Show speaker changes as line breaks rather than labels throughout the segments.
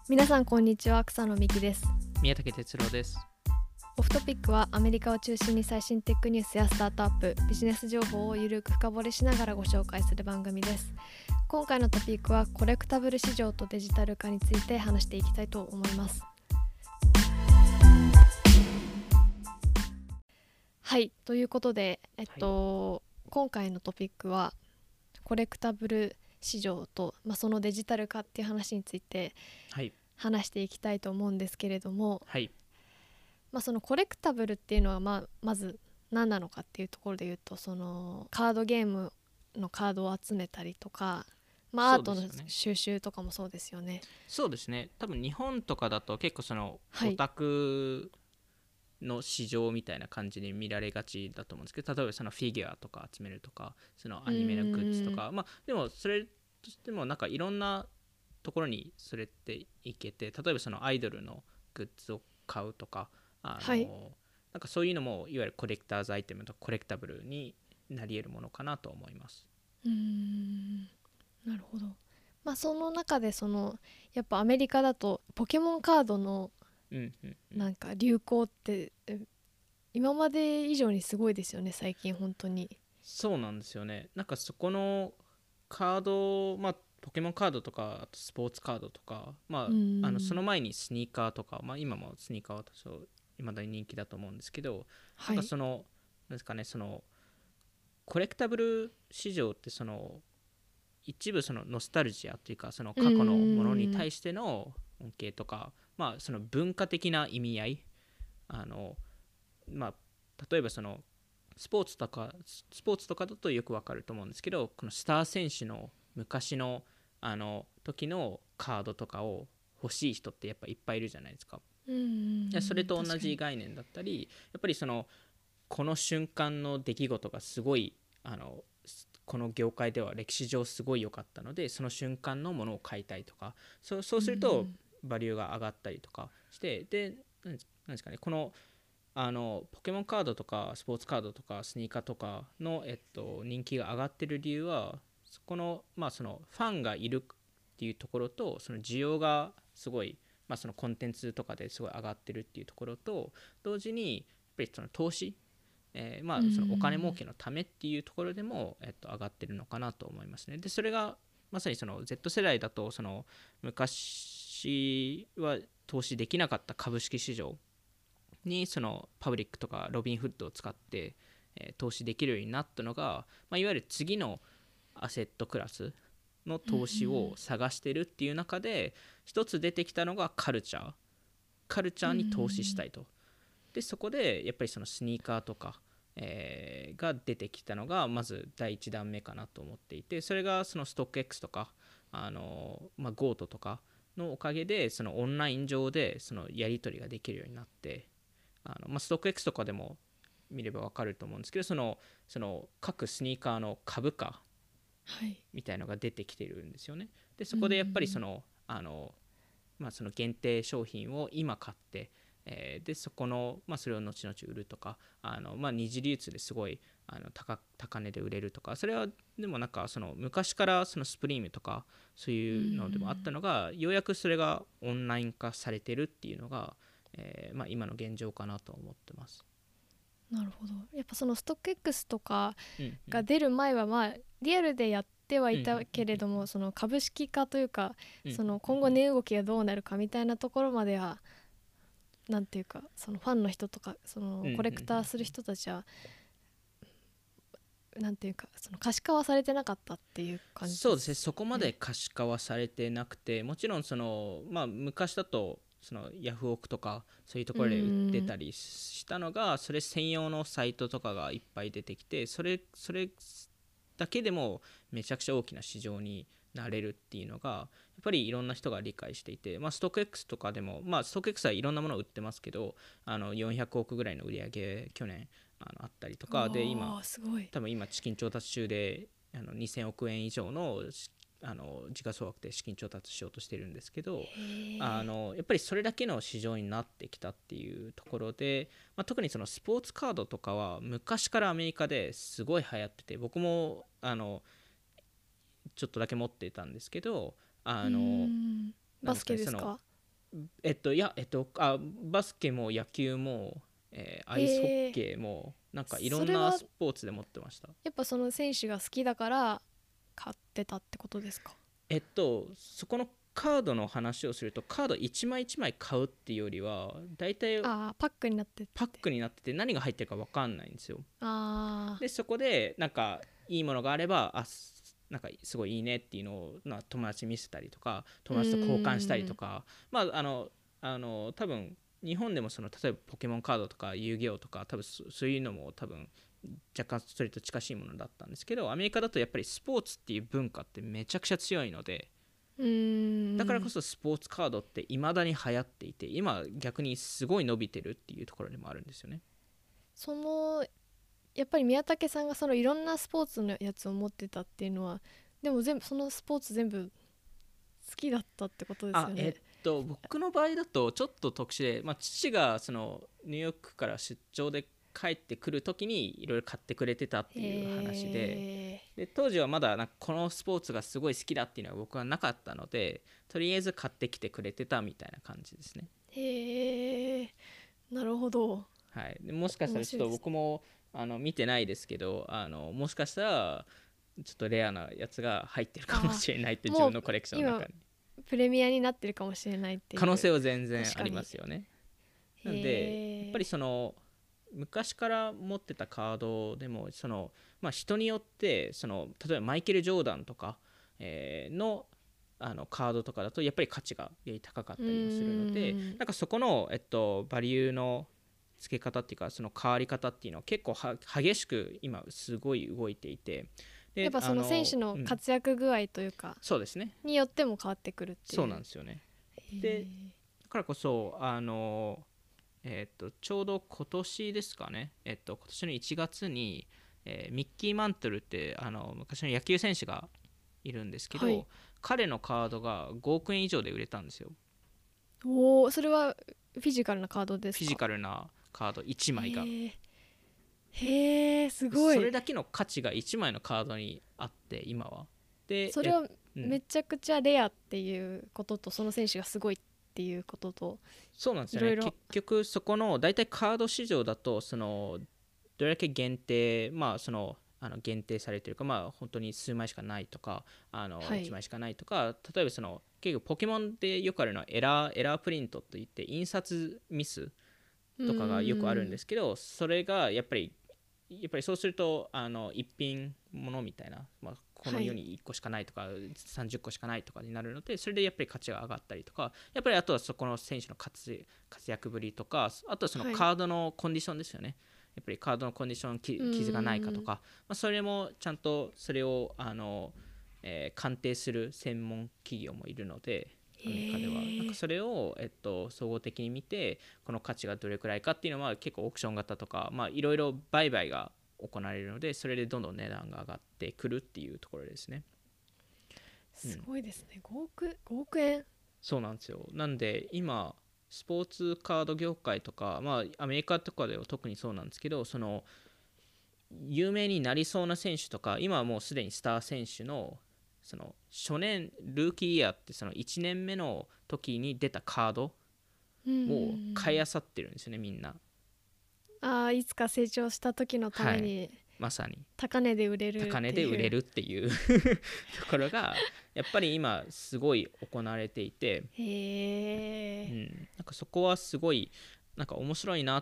皆さんこんにちは、草野美希です。
宮武哲郎です。
オフトピックはアメリカを中心に最新テックニュースやスタートアップ、ビジネス情報をゆるく深掘りしながらご紹介する番組です。今回のトピックはコレクタブル市場とデジタル化について話していきたいと思います。はい、ということで、今回のトピックはコレクタブル市場と、そのデジタル化っていう話について話していきたいと思うんですけれども、
はい、
そのコレクタブルっていうのはまず何なのかっていうところで言うと、そのカードゲームのカードを集めたりとか、アートの収集とかもそうですよね。
そうですね。多分日本とかだと結構その
はい
オタクの市場みたいな感じに見られがちだと思うんですけど、例えばそのフィギュアとか集めるとか、そのアニメのグッズとか、でもそれとしてもなんかいろんなところにそれっていけて、例えばそのアイドルのグッズを買うとか、
はい、
なんかそういうのもいわゆるコレクターズアイテムとかコレクタブルになり得るものかなと思います。
なるほど。その中でやっぱアメリカだとポケモンカードのなんか流行って今まで以上にすごいですよね、最近本当に。
そうなんですよね。なんかそこのカード、ポケモンカードとかあとスポーツカードとか、その前にスニーカーとか、今もスニーカーは多少未だに人気だと思うんですけど、
はい、
なんかなんですかね、そのコレクタブル市場ってその一部そのノスタルジアというか、その過去のものに対しての恩恵とか、その文化的な意味合い、あの例えばそのスポーツとかだとよくわかると思うんですけど、このスター選手の昔の時のカードとかを欲しい人ってやっぱいっぱいいるじゃないですか。それと同じ概念だったり、やっぱりこの瞬間の出来事がすごいこの業界では歴史上すごい良かったので、その瞬間のものを買いたいとか、そうするとバリューが上がったりとかして、でなんですかね、このポケモンカードとかスポーツカードとかスニーカーとかの、人気が上がってる理由は、そこの、そのファンがいるっていうところと、その需要がすごい、そのコンテンツとかですごい上がってるっていうところと同時に、やっぱりその投資、そのお金儲けのためっていうところでも、上がってるのかなと思いますね。でそれがまさにその Z 世代だと、その昔は投資できなかった株式市場にそのパブリックとかロビンフッドを使って、投資できるようになったのが、いわゆる次のアセットクラスの投資を探してるっていう中で、一つ出てきたのがカルチャーに投資したいと。でそこでやっぱりそのスニーカーとか、が出てきたのがまず第一弾目かなと思っていて、それがそのストック X とかゴートとかのおかげで、そのオンライン上でそのやり取りができるようになって、ストック X とかでも見れば分かると思うんですけど、その各スニーカーの株価みたいのが出てきてるんですよね。でそこでやっぱりその限定商品を今買って、でそれを後々売るとか、二次流通ですごい高値で売れるとか、それはでもなんかその昔からそのスプリームとかそういうのでもあったのが、ようやくそれがオンライン化されてるっていうのが、今の現状かなと思ってます。
なるほど。やっぱそのストック X とかが出る前はリアルでやってはいたけれども、その株式化というか、その今後値動きがどうなるかみたいなところまでは、なんていうか、そのファンの人とかそのコレクターする人たちは、なんていうか、その可視化はされてなかったっていう感じですね。
そうですね、そこまで可視化はされてなくて、もちろんその、昔だとそのヤフオクとかそういうところで売ってたりしたのが、それ専用のサイトとかがいっぱい出てきて、それだけでもめちゃくちゃ大きな市場になれるっていうのがやっぱりいろんな人が理解していて、ストック X とかでも、ストック X はいろんなものを売ってますけど、400億ぐらいの売り上げ去年あったりとかで、多分今資金調達中で2000億円以上の時価総額で資金調達しようとしてるんですけど、やっぱりそれだけの市場になってきたっていうところで、特にそのスポーツカードとかは昔からアメリカですごい流行ってて、僕もちょっとだけ持っていたんですけど、
バスケですか？
いや、バスケも野球も、アイスホッケーもなんかいろんなスポーツで持ってました。
やっぱその選手が好きだから買ってたってことですか？
そこのカードの話をすると、カード1枚1枚買うっていうよりはだいたい
パックになってて、
パックになってて何が入ってるか分かんないんですよ。
あ
でそこでなんかいいものがあれば、なんかすごいいいねっていうのを友達に見せたりとか、友達と交換したりとか、まあ多分日本でも例えばポケモンカードとか遊戯王とか多分そういうのも多分若干それと近しいものだったんですけど、アメリカだとやっぱりスポーツっていう文化ってめちゃくちゃ強いので、だからこそスポーツカードって未だに流行っていて、今逆にすごい伸びてるっていうところでもあるんですよね。
やっぱり宮武さんがいろんなスポーツのやつを持ってたっていうのは、でもそのスポーツ全部好きだったってことですよね。
僕の場合だとちょっと特殊で、父がニューヨークから出張で帰ってくる時にいろいろ買ってくれてたっていう話で、当時はまだなんかこのスポーツがすごい好きだっていうのは僕はなかったので、とりあえず買ってきてくれてたみたいな感じですね。
へえ、なるほど。
はい、でもしかしたらちょっと僕も見てないですけど、もしかしたらちょっとレアなやつが入ってるかもしれないって、自分のコレクションの中に
プレミアになってるかもしれないっていう
可能性は全然ありますよね。なのでやっぱり昔から持ってたカードでも人によって例えばマイケル・ジョーダンとか、のカードとかだとやっぱり価値がより高かったりもするので、なんかそこの、バリューの付け方っていうか、その変わり方っていうのは結構激しく今すごい動いていて、で
やっぱその選手の活躍具合というか、
そうですね、
によっても変わってくるっていう。
そうなんですよね。でだからこそちょうど今年ですかね、今年の1月に、ミッキー・マントルって昔の野球選手がいるんですけど、はい、彼のカードが5億円以上で売れたんですよ。
それはフィジカルなカードですか？
フィジカルなカード1枚が。
へえ、すごい。
それだけの価値が1枚のカードにあって、今は。で
それはめちゃくちゃレアっていうことと、その選手がすごいっていうことと、
そうなんですよね。結局そこの大体カード市場だとどれだけ限定、限定されてるか、本当に数枚しかないとか1枚しかないとか、例えば結構ポケモンでよくあるのはエラープリントといって印刷ミスとかがよくあるんですけど、それがやっぱりそうすると一品物みたいな、この世に1個しかないとか、30個しかないとかになるので、それでやっぱり価値が上がったりとか、やっぱりあとはそこの選手の活躍ぶりとか、あとはそのカードのコンディションですよね。やっぱりカードのコンディション傷がないかとか、それもちゃんとそれを鑑定する専門企業もいるので、アメリカではなんかそれを、総合的に見てこの価値がどれくらいかっていうのは結構オークション型とかいろいろ売買が行われるので、それでどんどん値段が上がってくるっていうところですね。
すごいですね、5億円。
そうなんですよ。なんで今スポーツカード業界とか、アメリカとかでは特にそうなんですけど、有名になりそうな選手とか、今はもうすでにスター選手の初年ルーキーイヤーって1年目の時に出たカードを買い漁ってるんですよね、みんな。
いつか成長した時のために、
まさに
高値で売れる
っていうところがやっぱり今すごい行われていて、なんかそこはすごいなんか面白いなって、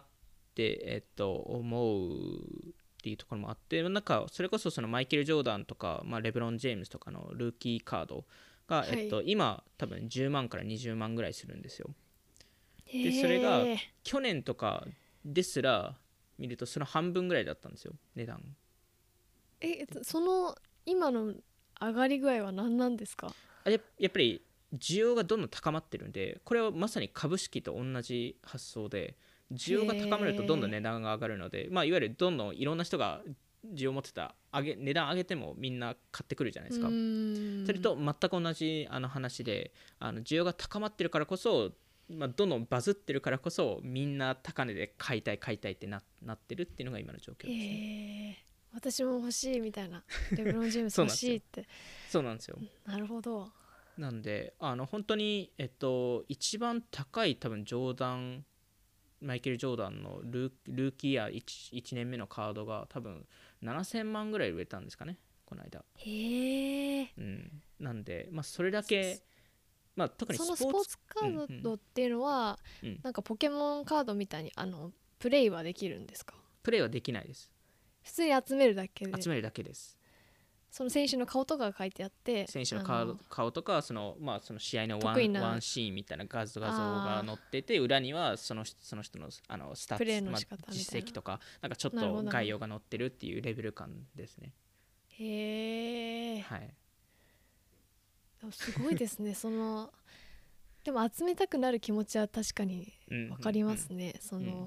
思うっていうところもあって、なんかそれこそマイケル・ジョーダンとか、レブロン・ジェームズとかのルーキーカードが、今多分10万から20万ぐらいするんですよ。でそれが去年とかですら見るとその半分ぐらいだったんですよ、値段。
その今の上がり具合は何なんですか？
やっぱり需要がどんどん高まってるんで、これはまさに株式と同じ発想で、需要が高まるとどんどん値段が上がるので、いわゆるどんどんいろんな人が需要を持ってた値段上げてもみんな買ってくるじゃないですか。それと全く同じ話で、需要が高まってるからこそ、どんどんバズってるからこそみんな高値で買いたいってなってるっていうのが今の状況ですね。
私も欲しいみたいな、レブロン・ジェームス欲しいって
そうなんですよ。
なるほど。
なんで本当に一番高い多分マイケル・ジョーダンのルーキーイヤー 1年目のカードが多分7000万ぐらい売れたんですかね、この間。
へえ。
なんで、まあ、それだけ、まあ、特に
そのスポーツカードっていうのは、なんかポケモンカードみたいにプレイはできるんですか？
プレイはできないです。
普通に集めるだけで。
集めるだけです。
その選手の顔とかが書いてあって、
選手の顔とかその試合のワンシーンみたいな画像が載ってて、裏にはその人のスタッツ、実績とかなんかちょっと概要が載ってるっていうレベル感ですね。
へえ。
はい。
すごいですね。でも集めたくなる気持ちは確かに分かりますね。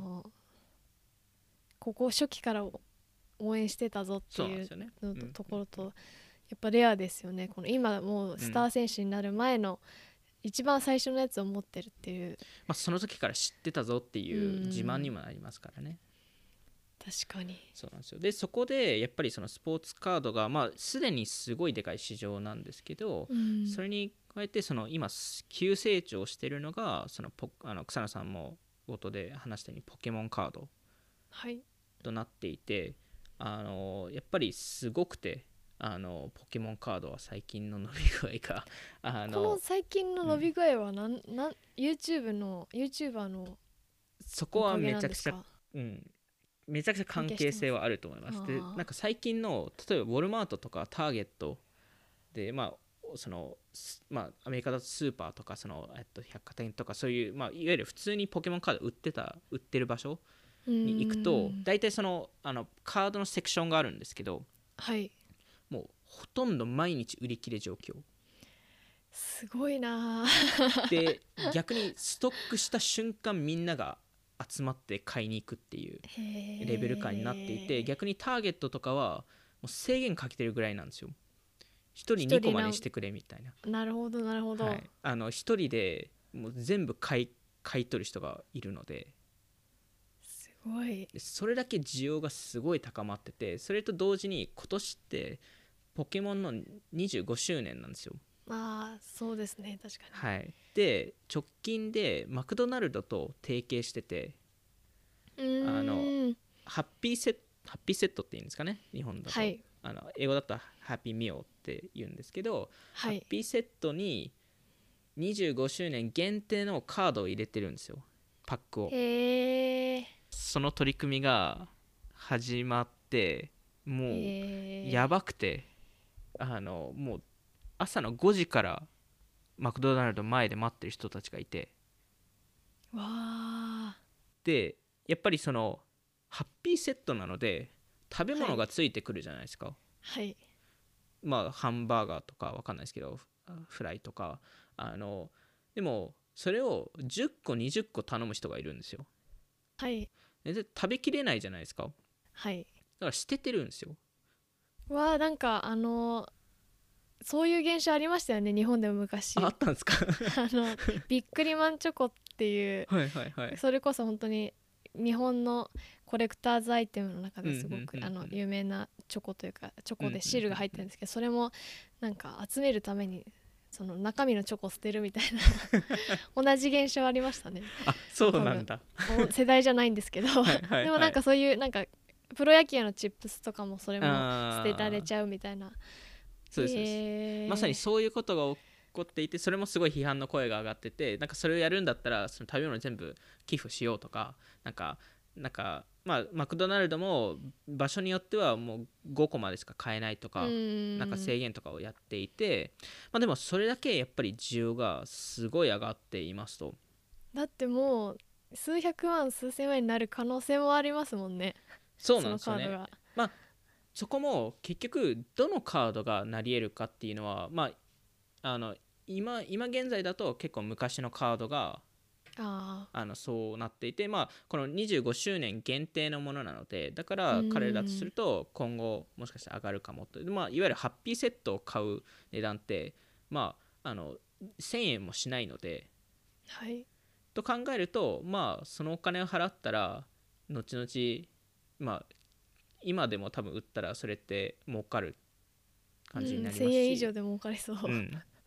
ここ初期から応援してたぞっていうのところと、やっぱレアですよね。この今もうスター選手になる前の一番最初のやつを持ってるっていう、
まあ、その時から知ってたぞっていう自慢にもなりますからね。
確かに
そうなんですよ。でそこでやっぱりそのスポーツカードが、まあ、すでにすごいでかい市場なんですけど、それに加えて今急成長してるのが草野さんも冒頭で話したようにポケモンカードとなっていて、やっぱりすごくてポケモンカードは最近の伸び具合が
この最近の伸び具合はYouTuber の
そこはめちゃくちゃめちゃくちゃ関係性はあると思います。でなんか最近の例えばウォルマートとかターゲットで、まあアメリカだとスーパーとか百貨店とかそういう、まあ、いわゆる普通にポケモンカード売ってる場所に行くと大体カードのセクションがあるんですけど、もうほとんど毎日売り切れ状況。
すごいな。
で逆にストックした瞬間みんなが集まって買いに行くっていうレベル感になっていて、逆にターゲットとかはもう制限かけてるぐらいなんですよ。1人2個までにしてくれみたいな。
なるほどなるほど。
はい、1人でもう全部買い取る人がいるので、
すごい。
それだけ需要がすごい高まってて、それと同時に今年ってポケモンの25周年なんですよ。
ああそうですね、確か
に。はい、で直近でマクドナルドと提携してて、ハッピーセットっていうんですかね、日本だと、英語だとハッピーミオって言うんですけど、ハッピーセットに25周年限定のカードを入れてるんですよ、パックを。その取り組みが始まって、もうやばくて、もう朝の5時からマクドナルド前で待ってる人たちがいて、でやっぱりハッピーセットなので食べ物がついてくるじゃないですか。まあハンバーガーとかわかんないですけどフライとかでもそれを10個20個頼む人がいるんですよ。で食べきれないじゃないですか。だから捨ててるんですよ。
なんかそういう現象ありましたよね、日本でも昔。
あったんですか？
ビックリマンチョコっていう、それこそ本当に日本のコレクターズアイテムの中ですごく有名なチョコというか、チョコでシールが入ってるんですけど、それもなんか集めるためにその中身のチョコを捨てるみたいな同じ現象ありましたね。
あ、そうなんだ。
世代じゃないんですけどでもなんかそういうなんかプロ野球のチップスとかもそれも捨てられちゃうみたいな。
そうです、まさにそういうことが起こっていて、それもすごい批判の声が上がってて、なんかそれをやるんだったらその食べ物全部寄付しようとか、なんかまあマクドナルドも場所によってはもう5個までしか買えないとか、なんか制限とかをやっていて、まあ、でもそれだけやっぱり需要がすごい上がっていますと。
だってもう数百万数千万になる可能性もありますもんね。
そうなんですよね。まあそこも結局どのカードがなり得るかっていうのは、まあ、今現在だと結構昔のカードがそうなっていて、まあ、この25周年限定のものなので、だから彼らとすると今後もしかしたら上がるかもと、まあ、いわゆるハッピーセットを買う値段って、まあ、1000円もしないので、と考えると、まあ、そのお金を払ったら後々、まあ今でも多分売ったらそれって儲かる感じになりますし、
1000円以上で儲かりそう、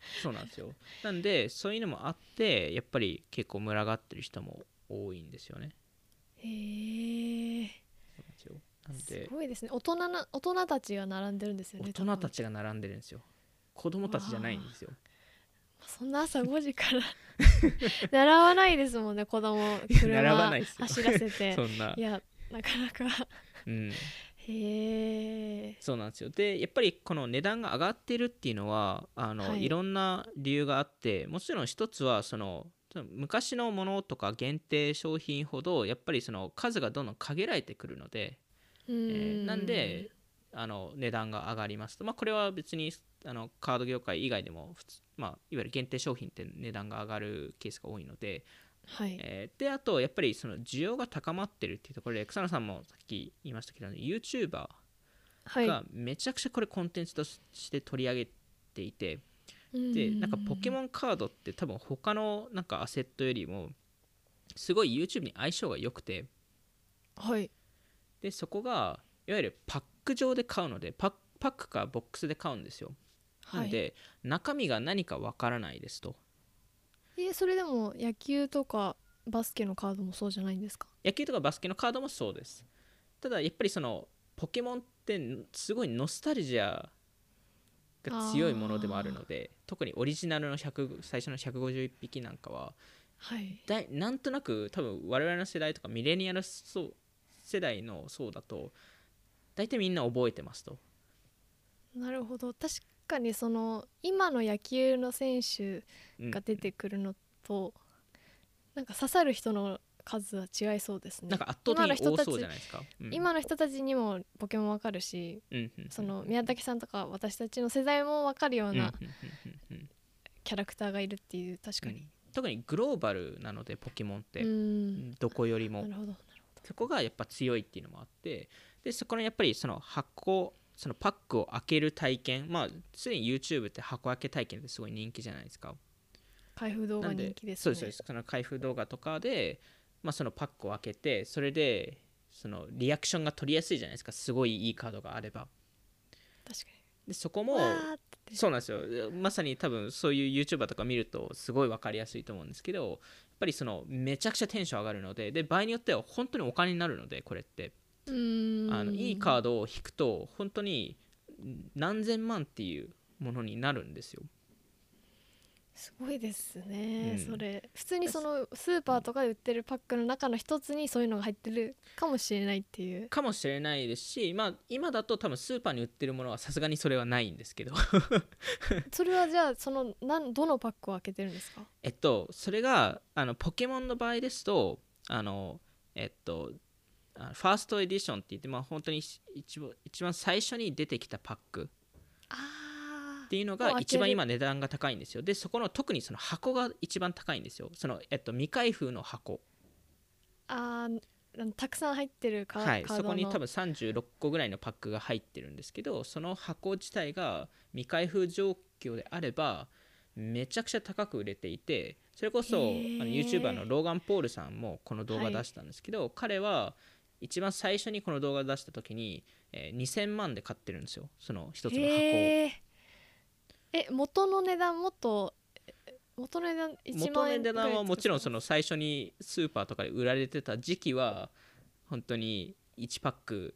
そうなんですよ。なんでそういうのもあってやっぱり結構群がってる人も多いんですよね。
へえ。
そうなんですよ。なんで
すごいですね。大人たちが並んでるんですよね。
大人たちが並んでるんですよ。子供たちじゃないんですよ。
そんな朝5時から習わないですもんね、子供
並ばな
車
いですよ
走らせて
そんな。
いや、なかなか
うん、
へえ。
そうなんですよ。でやっぱりこの値段が上がってるっていうのは
はい。
いろんな理由があって、もちろん一つはその昔のものとか限定商品ほどやっぱりその数がどんどん限られてくるので、
うー
なん
ん。
で値段が上がりますと、これは別にカード業界以外でも普通、いわゆる限定商品って値段が上がるケースが多いので、
はい。
であとやっぱりその需要が高まってるっていうところで、草野さんもさっき言いましたけど、YouTuber
はい。
がめちゃくちゃこれコンテンツとして取り上げていて、
うー
でなんかポケ
ん。
モンカードって多分他のなんかアセットよりもすごい YouTube に相性が良くて、
はい。
でそこがいわゆるパック上で買うので、パックかボックスで買うんですよ。な
はい。
んで中身が何かわからないですと。
それでも野球とかバスケのカードもそうじゃないんですか？
野球とかバスケのカードもそうです。ただやっぱりそのポケモンってすごいノスタルジアが強いものでもある
ああ。
ので、特にオリジナルの最初の151匹なんかは
はい。
なんとなく多分我々の世代とかミレニアル世代の層だと大体みんな覚えてますと。
なるほど。確かにその今の野球の選手
うん、
が出てくるのとなんか刺さる人の数は違いそうですね。
なんか圧倒的に多そうじゃないですか。うん、
今の人たちにもポケモンわかるし、
うんうん
その宮崎さんとか私たちの世代もわかるよう
うんうん
な
うん
キャラクターがいるっていう、確
うん、
かに。
特にグローバルなのでポケモンっ
うー
て
ん。
どこよりも
なるほど。
そこがやっぱ強いっていうのもあって、でそこのやっぱりそのそのパックを開ける体験、すでに YouTube って箱開け体験ってすごい人気じゃないですか。
開封動画人
なんで
気ですね。
そうですそうです、その開封動画とかで、そのパックを開けてそれでそのリアクションが取りやすいじゃないですか、すごいいいカードがあれば。
確か
でそこ
に。わ
も
ーって。
そうなんですよ。まさに多分そういう YouTuber とか見るとすごい分かりやすいと思うんですけど、やっぱりそのめちゃくちゃテンション上がるので、場合によっては本当にお金になるので、これって
うー
いい
ん。
カードを引くと本当に何千万っていうものになるんですよ。
すごいです
う
ね。そ
ん、
れ普通にそのスーパーとかで売ってるパックの中の一つにそういうのが入ってるかもしれないっていう。
かもしれないですし、今だと多分スーパーに売ってるものはさすがにそれはないんですけど
それはじゃあどのパックを開けてるんですか？
それがポケモンの場合ですとあのえっとファーストエディションって言って、本当に一番最初に出てきたパック
あ
っていうの
あー、を
が一番
開ける。
今値段が高いんですよ。でそこの特にその箱が一番高いんですよ。その、未開封の箱。
あたくさん入ってる
はい、そこ
カードの。
に多分36個ぐらいのパックが入ってるんですけど、その箱自体が未開封状況であればめちゃくちゃ高く売れていて、それこ
へ
そYouTuber の
え。
ローガン・ポールさんもこの動
はい。
画出したんですけど、彼は一番最初にこの動画を出した時に、2000万で買ってるんですよ、その一つの箱を。
へえ。元の値段もっと、元の値段1
元の
万円
値段は
ぐらいとかですか？
もちろんその最初にスーパーとかで売られてた時期は本当に1パック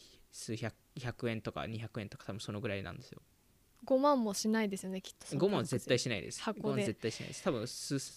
100円とか200円とか多分そのぐらいなんですよ。
5万もしないですよね、きっとその
5万絶
価格で。
対しないです。5万
箱で。
絶対しないです。多分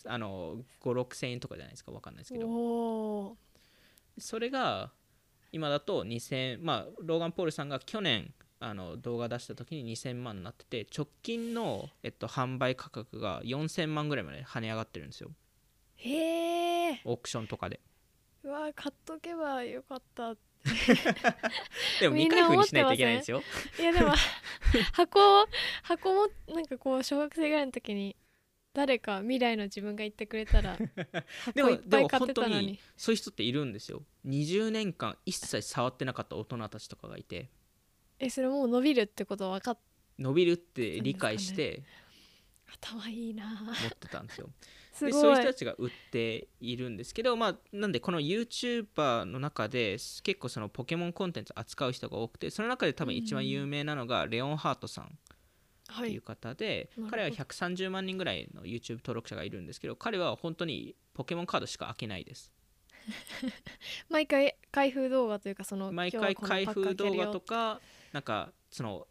5、6千円とかじゃないですか、分かんないですけ
お
ど。
お。
それが今だと2000、ローガン・ポールさんが去年動画出した時に2000万になってて、直近の、販売価格が4000万ぐらいまで跳ね上がってるんですよ、
へえ。
オークションとかで。
うわ、買っとけばよかった。
でも未
みんな思っ
開封にしないと
てません？
いけないんですよ。
いやでも箱箱もなんかこう小学生ぐらいの時に誰か未来の自分が言ってくれたら箱いっ
でも
ぱい買っ
本当に
てたのに。
そういう人っているんですよ。20年間一切触ってなかった大人たちとかがいて、
それもう伸びるってこと分かっ
伸びるって
たん
理
ですかね。
解して
頭いいな。
持ってたんですよ。
す
でそういう
ごい。
人たちが売っているんですけど、なんでこの YouTuber の中で結構そのポケモンコンテンツ扱う人が多くて、その中で多分一番有名なのがレオンハートさん。 っていう方で、
はい、
彼は130万人ぐらいの YouTube 登録者がいるんですけど、彼は本当にポケモンカードしか開けないです。
毎回開封動画というか、その
毎回開封動画とか、なんかその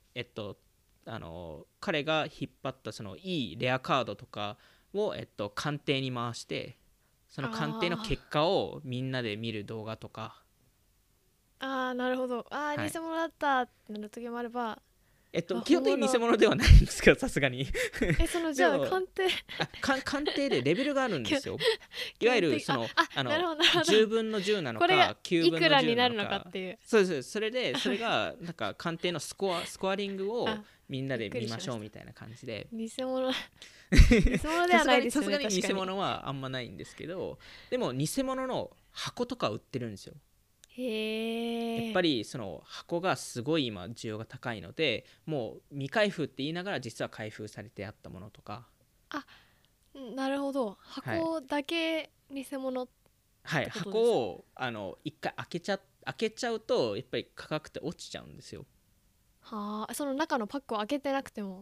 彼が引っ張ったそのいいレアカードとかを、鑑定に回して、その鑑定の結果をみんなで見る動画とか。
なるほど。
はい、
偽物だったってなる時もあれば、
基本的に偽物ではないんですけど、さすがに
そのじゃあ鑑定
鑑定でレベルがあるんですよ。いわゆるその10分の10なのか9分の10なのか、いくらになるのかっていう。そうです。それがなんか鑑定のスコアリングをみんなで見ましょうみたいな感じで。
偽物ではないですよね。
さすがに偽物はあんまないんですけど、でも偽物の箱とか売ってるんですよ。やっぱりその箱がすごい今需要が高いので、もう未開封って言いながら実は開封されてあったものとか。
なるほど。箱だけ偽物ってことですか？
はい、箱を一回開けちゃうとやっぱり価格って落ちちゃうんですよ。
その中のパックを開けてなくても。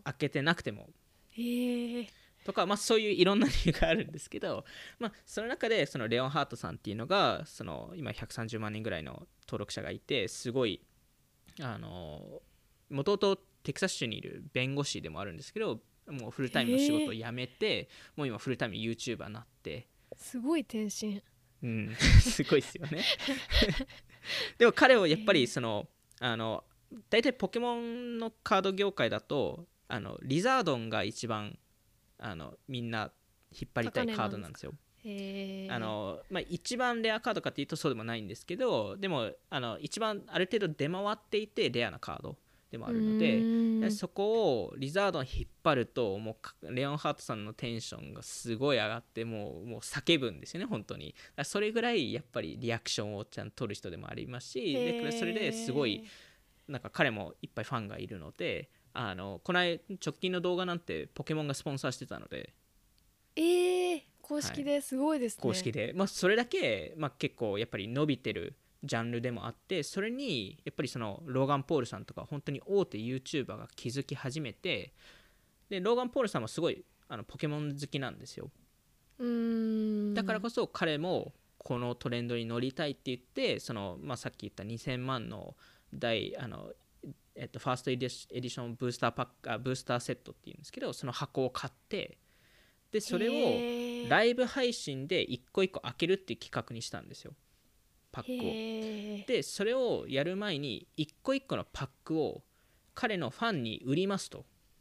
とか、そういういろんな理由があるんですけど、その中でそのレオンハートさんっていうのがその今130万人ぐらいの登録者がいて、すごいもともとテキサス州にいる弁護士でもあるんですけど、もうフルタイムの仕事を辞めて、もう今フルタイム YouTuber になって、
すごい転身。
すごいですよねでも彼はやっぱりその大体ポケモンのカード業界だとリザードンが一番みんな引っ張りたいカードなんですよ。一番レアカードかっていうとそうでもないんですけど、でも一番ある程度出回っていてレアなカードでもあるので、そこをリザードン引っ張るともうレオンハートさんのテンションがすごい上がって、もう叫ぶんですよね本当に。それぐらいやっぱりリアクションをちゃんと取る人でもありますし、でそれですごいなんか彼もいっぱいファンがいるので、この直近の動画なんてポケモンがスポンサーしてたので、
公式ですごいですね。
公式で、それだけ、結構やっぱり伸びてるジャンルでもあって、それにやっぱりそのローガン・ポールさんとか本当に大手 YouTuber が気づき始めて、でローガン・ポールさんもすごいポケモン好きなんですよ。だからこそ彼もこのトレンドに乗りたいって言って、その、さっき言った2000万のファーストエディションブースターセットっていうんですけど、その箱を買って、でそれをライブ配信で一個一個開けるっていう企画にしたんですよ、パックを。でそれをやる前に一個一個のパックを彼のファンに売りますと。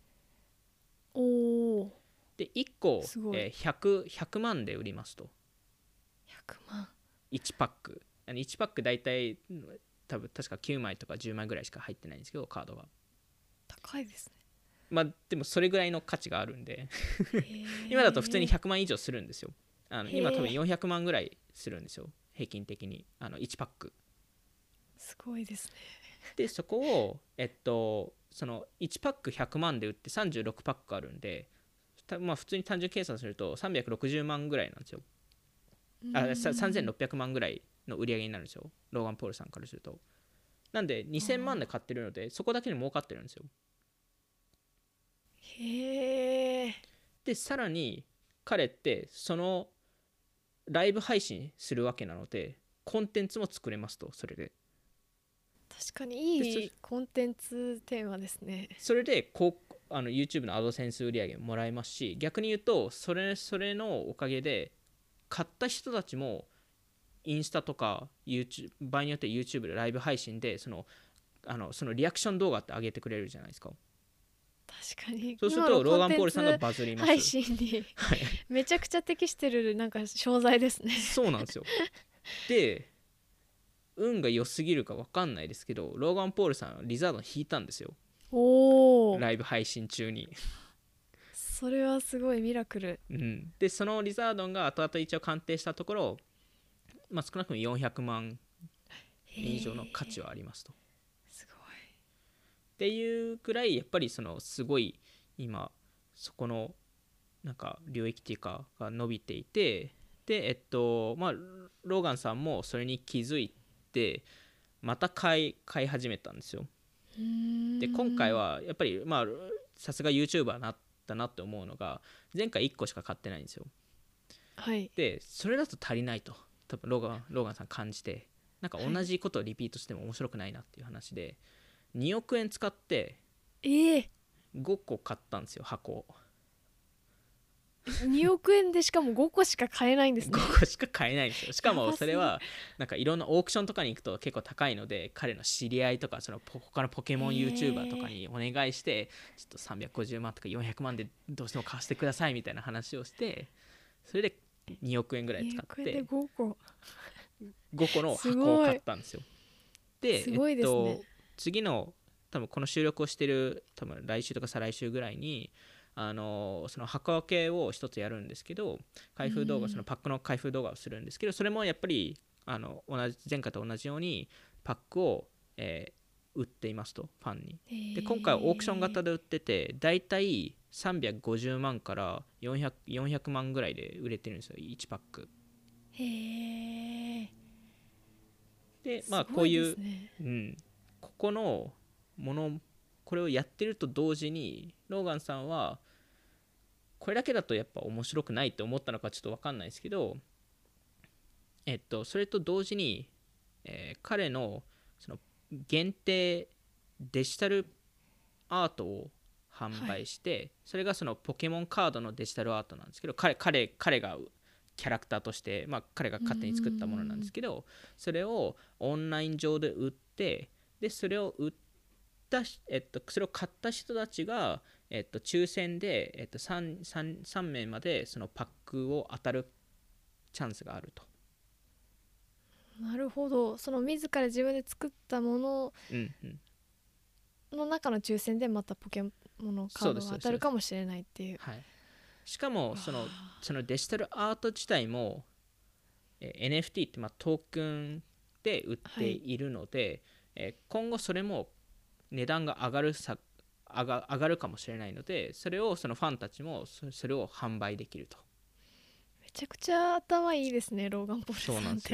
で1個、100万で売りますと。
100万
1パック1パック大体確か9枚とか10枚ぐらいしか入ってないんですけど、カードが
高いですね。
でもそれぐらいの価値があるんで今だと普通に100万以上するんですよ。今多分400万ぐらいするんですよ平均的に1パック。
すごいですね。
でそこをその1パック100万で売って36パックあるんで、普通に単純計算すると360万ぐらいなんですよ。3600万ぐらいの売り上げになるんですよ、ローガン・ポールさんからすると。なんで2000万で買ってるので、そこだけで儲かってるんですよ。でさらに彼ってそのライブ配信するわけなので、コンテンツも作れますと。それで
確かにいいコンテンツテーマですね。
それでYouTube のアドセンス売り上げもらえますし、逆に言うとそれのおかげで買った人たちもインスタとか YouTube、 場合によっては YouTube でライブ配信でそのリアクション動画って上げてくれるじゃないですか。
確かに。
そうするとローガン・ポールさんがバズります。
配信にめちゃくちゃ適してるなんか商材ですね。
そうなんですよ。で運が良すぎるか分かんないですけど、ローガン・ポールさんはリザードン引いたんですよ、ライブ配信中に。
それはすごいミラクル。
でそのリザードンが後々一応鑑定したところ、少なくとも400万円以上の価値はありますと。
すごい
っていうくらいやっぱりすごい今そこのなんか領域っていうかが伸びていて、でローガンさんもそれに気づいてまた買い始めたんですよ。で今回はやっぱりさすが YouTuber なったなって思うのが、前回1個しか買ってないんですよ。
はい。
でそれだと足りないと多分ローガンさん感じて、なんか同じことをリピートしても面白くないなっていう話で、2億円使って5個買ったんですよ、箱を。
2億円でしかも5個しか買えないんですね。
5個しか買えないんですよ。しかもそれはなんかいろんなオークションとかに行くと結構高いので、彼の知り合いとかその他のポケモン YouTuber とかにお願いして、ちょっと350万とか400万でどうしても買わせてくださいみたいな話をして、それで2億円ぐらい使って
2億円で5個
5個の箱を買ったんですよ。
すごいですね。
次の多分この収録をしてる多分来週とか再来週ぐらいにその箱分けを一つやるんですけど、開封動画、そのパックの開封動画をするんですけど、それもやっぱり同じ前回と同じようにパックを、売っていますと、ファンに。で今回はオークション型で売ってて、だいたい350万から400万ぐらいで売れてるんですよ、1パック。
へえ。
でまあこういう、ここのもの、これをやってると同時にローガンさんはこれだけだとやっぱ面白くないって思ったのかちょっと分かんないですけど、それと同時に、彼のその限定デジタルアートを販売して、それがそのポケモンカードのデジタルアートなんですけど、彼がキャラクターとして、彼が勝手に作ったものなんですけど、それをオンライン上で売って、でそれをそれを買った人たちが、抽選で、3名までそのパックを当たるチャンスがあると。
なるほど。その自ら自分で作ったものの中の抽選でまたポケモンのカードが当たるかもしれないっていう。
はい、しかもそのデジタルアート自体も、NFT ってトークンで売っているので、今後それも値段が上がるかもしれないので、それをそのファンたちもそれを販売できると。
めちゃくちゃ頭いいですね、ローガン・ポールさんって。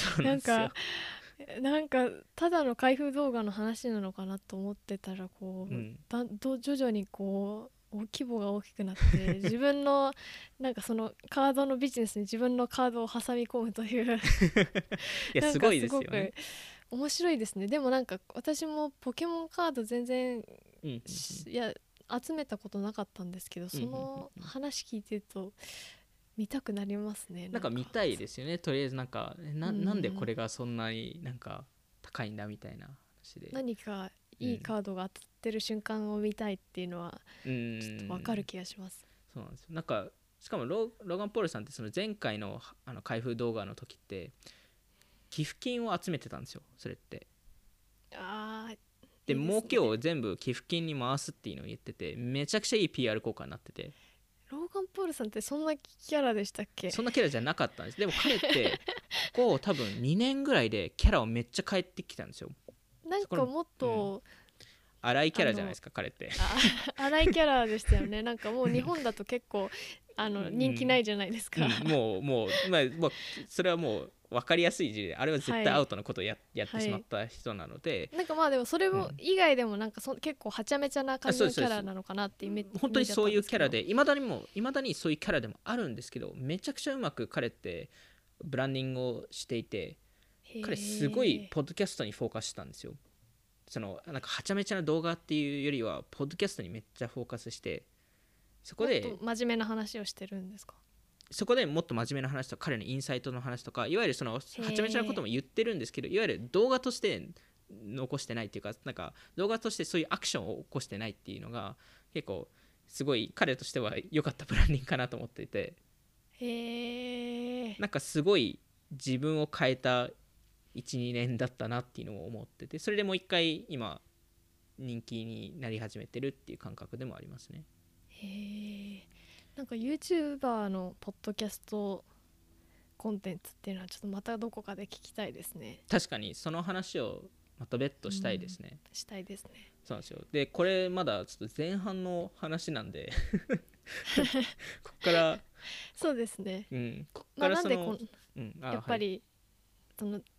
なんかただの開封動画の話なのかなと思ってたら、こう、徐々にこう規模が大きくなって自分のなんかそのカードのビジネスに自分のカードを挟み込むという
いやすごいですよね。
面白いですね。でもなんか私もポケモンカード全然、いや集めたことなかったんですけど、その話聞いてると見たくなりますね。
なんか見たいですよね。とりあえずなんでこれがそんなになんか高いんだみたいな話で、
何かいいカードが当たってる瞬間を見たいっていうのはちょっと分かる気がします。
そうなんですよ。なんかしかもローガン・ポールさんってその前回の開封動画の時って寄付金を集めてたんですよ、それって。で儲けを全部寄付金に回すっていうのを言ってて、めちゃくちゃいい PR 効果になってて。
ローガン・ポールさんってそんなキャラでしたっけ？
そんなキャラじゃなかったんです。でも彼ってここ多分2年ぐらいでキャラをめっちゃ変えてきたんですよ。
なんかもっと、
荒いキャラじゃないですか彼って。
荒いキャラでしたよね。なんかもう日本だと結構人気ないじゃないですか。
もうそれはもう分かりやすい事例で、あれは絶対アウトなことをやってしまった人なので、
なんかまあでもそれも以外でもなんか結構はちゃめちゃな感じのキャラなのかなってイメージ。
本当にそういうキャラで、いまだにそういうキャラでもあるんですけど、めちゃくちゃうまく彼ってブランディングをしていて、彼すごいポッドキャストにフォーカスしたんですよ。そのなんかはちゃめちゃな動画っていうよりはポッドキャストにめっちゃフォーカスして、そこで
もっと真面目な話をしてるんですか？
そこでもっと真面目な話とか彼のインサイトの話とか、いわゆるそのはちゃめちゃなことも言ってるんですけど、いわゆる動画として残してないっていうか、なんか動画としてそういうアクションを起こしてないっていうのが結構すごい彼としては良かったブランディングかなと思っていて、なんかすごい自分を変えた 1,2 年だったなっていうのを思ってて、それでもう一回今人気になり始めてるっていう感覚でもありますね。
なんか YouTuber のポッドキャストコンテンツっていうのはちょっとまたどこかで聞きたいですね。
確かにその話をまた別途したいですね。
したいですね。
そうなんですよ。でこれまだちょっと前半の話なんでここから
そうですね。
ここからその、
やっぱりその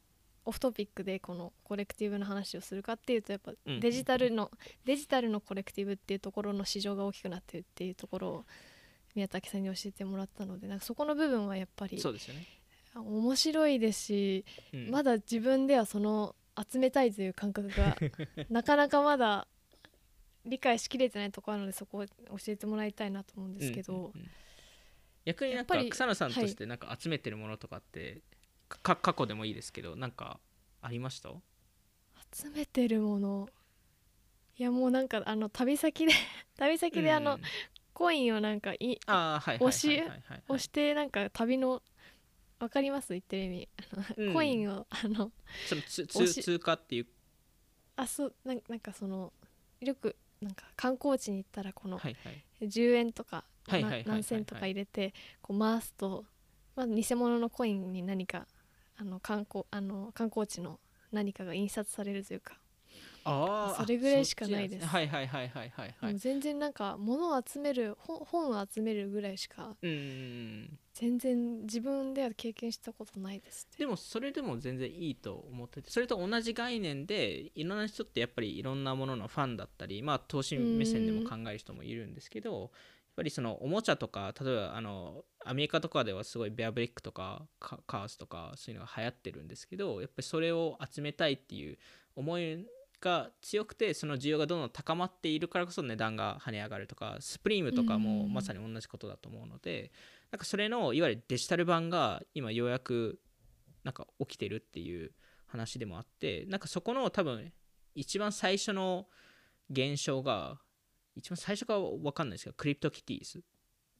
オフトピックでこのコレクティブの話をするかっていうとやっぱデジタルのコレクティブっていうところの市場が大きくなってるっていうところを宮武さんに教えてもらったので、なんかそこの部分はやっぱり
そうですよね、
面白いですし、まだ自分ではその集めたいという感覚がなかなかまだ理解しきれてないところなので、そこを教えてもらいたいなと思うんですけど、
逆になんか草野さんとしてなんか集めてるものとかって、過去でもいいですけどなんかありました？
集めてるもの、いやもうなんか旅先でコインをなんか押してなんか旅のわかります言ってる意味コインを
その通貨っていう
そうなんかそのよくなんか観光地に行ったらこの
はい
10円とか何銭とか入れてこう回すと、まあ、偽物のコインに何か観光地の何かが印刷されるというか、それぐらいしかないです。もう全然なんか物を集める本を集めるぐらいしか全然自分では経験したことないです。
でもそれでも全然いいと思ってて、それと同じ概念でいろんな人ってやっぱりいろんなもののファンだったり、まあ投資目線でも考える人もいるんですけど、やっぱりそのおもちゃとか、例えばアメリカとかではすごいベアブリックとかカースとかそういうのが流行ってるんですけど、やっぱりそれを集めたいっていう思いが強くて、その需要がどんどん高まっているからこそ値段が跳ね上がるとか、スプリームとかもまさに同じことだと思うので、なんかそれのいわゆるデジタル版が今ようやくなんか起きてるっていう話でもあって、なんかそこの多分一番最初の現象が、一番最初か分かんないですけどクリプトキティーズ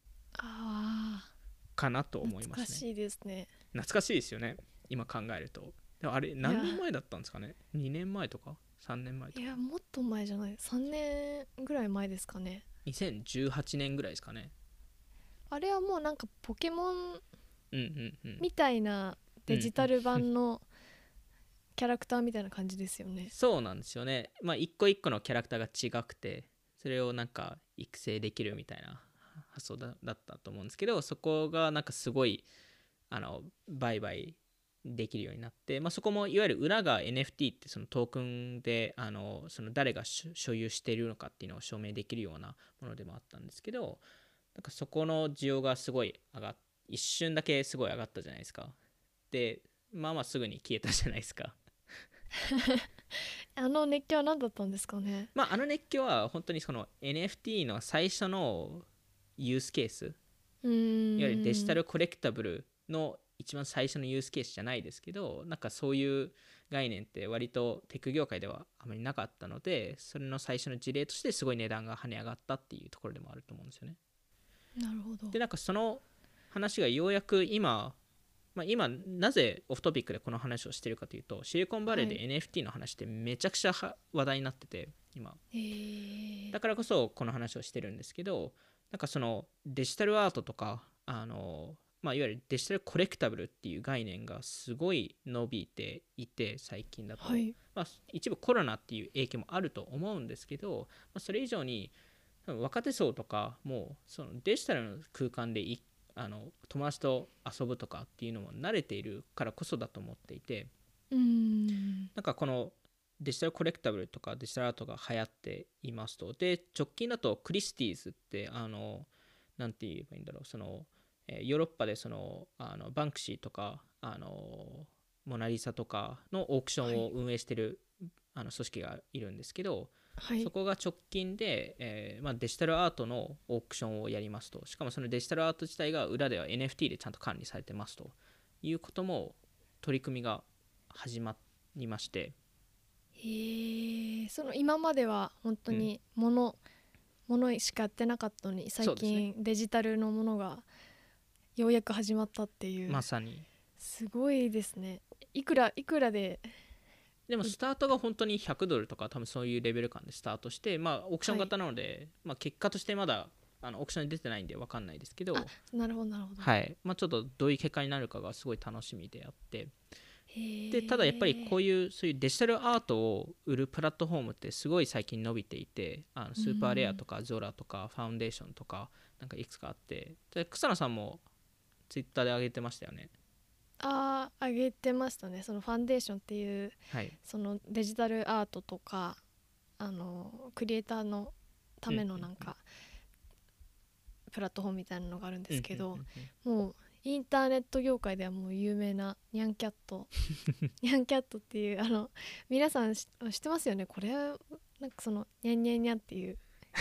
かなと思いますね。
懐かしいですね。
懐かしいですよね今考えると。でもあれ何年前だったんですかね。2年前とか3年前とか。
いやもっと前じゃない、3年ぐらい前ですかね。
2018年ぐらいですかね。
あれはもうなんかポケモンみたいなデジタル版のキャラクターみたいな感じですよね。
そうなんですよね。まあ一個一個のキャラクターが違くて、それをなんか育成できるみたいな発想だったと思うんですけど、そこがなんかすごい売買できるようになって、まあ、そこもいわゆる裏が NFT ってそのトークンでその誰が所有しているのかっていうのを証明できるようなものでもあったんですけど、なんかそこの需要がすごい一瞬だけすごい上がったじゃないですか。でまあすぐに消えたじゃないですか
熱狂は何だったんですかね。
まあ熱狂は本当にその NFT の最初のユースケース、いわゆるデジタルコレクタブルの一番最初のユースケースじゃないですけど、なんかそういう概念って割とテック業界ではあまりなかったので、それの最初の事例としてすごい値段が跳ね上がったっていうところでもあると思うんですよね。
なるほど。
でなんかその話がようやく今なぜオフトピックでこの話をしてるかというと、シリコンバレーで NFT の話ってめちゃくちゃ話題になってて今、だからこそこの話をしてるんですけど、なんかそのデジタルアートとかいわゆるデジタルコレクタブルっていう概念がすごい伸びていて最近だと、一部コロナっていう影響もあると思うんですけど、それ以上に若手層とかもそのデジタルの空間で友達と遊ぶとかっていうのも慣れているからこそだと思っていて、なんかこのデジタルコレクタブルとかデジタルアートが流行っていますと。で直近だとクリスティーズってなんて言えばいいんだろう、そのヨーロッパでそのバンクシーとかモナリザとかのオークションを運営している、組織がいるんですけど、そこが直近で、デジタルアートのオークションをやりますと。しかもそのデジタルアート自体が裏では NFT でちゃんと管理されてますということも取り組みが始まりまして、
その今までは本当に物しかやってなかったのに、最近デジタルのものがようやく始まったっていう。
まさに
すごいですね。いくら
でもスタートが本当に$100とか多分そういうレベル感でスタートして、オークション型なので、結果としてまだオークションに出てないんで分かんないですけど、
なるほどなるほど、
はい、ちょっとどういう結果になるかがすごい楽しみであって、でただやっぱりそういうデジタルアートを売るプラットフォームってすごい最近伸びていて、スーパーレアとかゾラとかファウンデーションとかなんかいくつかあって、で草野さんもツイッターで上げてましたよね。
上げてましたね。そのファンデーションっていう、
はい、
そのデジタルアートとかクリエイターのためのなんか、プラットフォームみたいなのがあるんですけど、もうインターネット業界ではもう有名なニャンキャットニャンキャットっていう皆さん知ってますよね。これはなんかそのニャンニャンニャンっていう